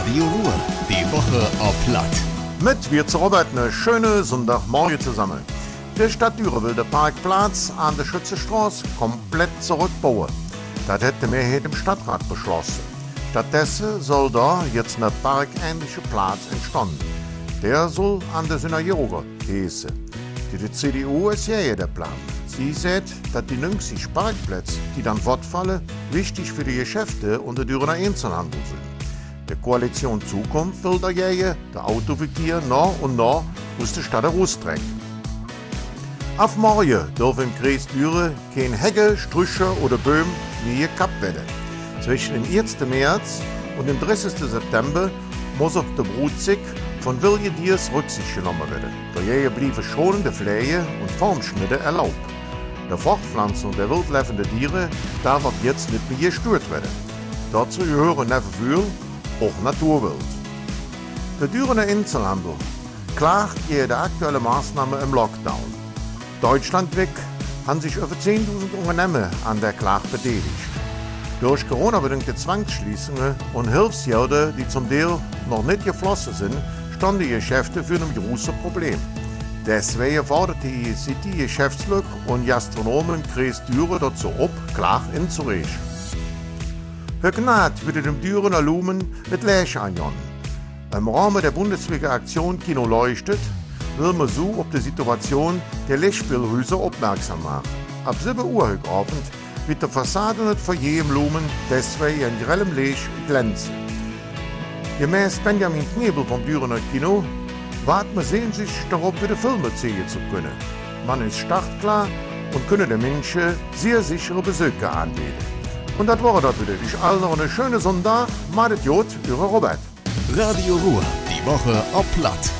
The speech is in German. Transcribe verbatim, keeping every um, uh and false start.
Radio Ruhr, die Woche auf Platt. Mit wir zu Robert eine schöne Sonntagmorgen zusammen. Die Stadt Düren will den Parkplatz an der Schützenstraße komplett zurückbauen. Das hat die Mehrheit im Stadtrat beschlossen. Stattdessen soll da jetzt ein parkähnlicher Platz entstanden. Der soll an der Synagoge heißen. Die C D U ist ja der Plan. Sie sagt, dass die neunzig Parkplätze, die dann fortfallen, wichtig für die Geschäfte und den Dürener Einzelhandel sind. Die Koalition Zukunft will dagegen den Autoverkehr nach und nach aus der Stadt rausdrängen. Auf morgen dürfen im Kreis Düren keine Hecke, Sträucher oder Bäume mehr gekappt werden. Zwischen dem ersten März und dem dreißigsten September muss auf der Brutzig von wilden Diers Rücksicht genommen werden. Dagegen bleiben schonende Pflege und Formschnitte erlaubt. Die Fortpflanzung der wildlebenden Tiere darf ab jetzt nicht mehr gestört werden. Dazu gehören neben auch Naturwild. Der Dürener Einzelhandel klagt gegen die aktuelle Maßnahme im Lockdown. Deutschlandweit haben sich über zehntausend Unternehmen an der Klage beteiligt. Durch Corona-bedingte Zwangsschließungen und Hilfsgelder, die zum Teil noch nicht geflossen sind, standen die Geschäfte für ein großes Problem. Deswegen fordert die City-Geschäftsleute und Gastronomen im Kreis Düren dazu ab, Klage einzureichen. Für Gnade wird dem Dürener Lumen mit Lächeln angegangen. Im Rahmen der bundesweiten Aktion Kino leuchtet will man so auf die Situation der Lichtspielhäuser aufmerksam machen. Ab sieben Uhr heute Abend wird der Fassade nicht von jedem Lumen deswegen in grellem Licht glänzen. Gemäß Benjamin Knebel vom Dürener Kino wartet man sehnsüchtig darauf, wieder Filme zeigen zu können. Man ist startklar und können den Menschen sehr sichere Besucher anbieten. Und das war das wieder. Ich allen noch einen schönen Sonntag. Macht Jod, Ihre Robert. Radio Ruhr, die Woche auf Platt.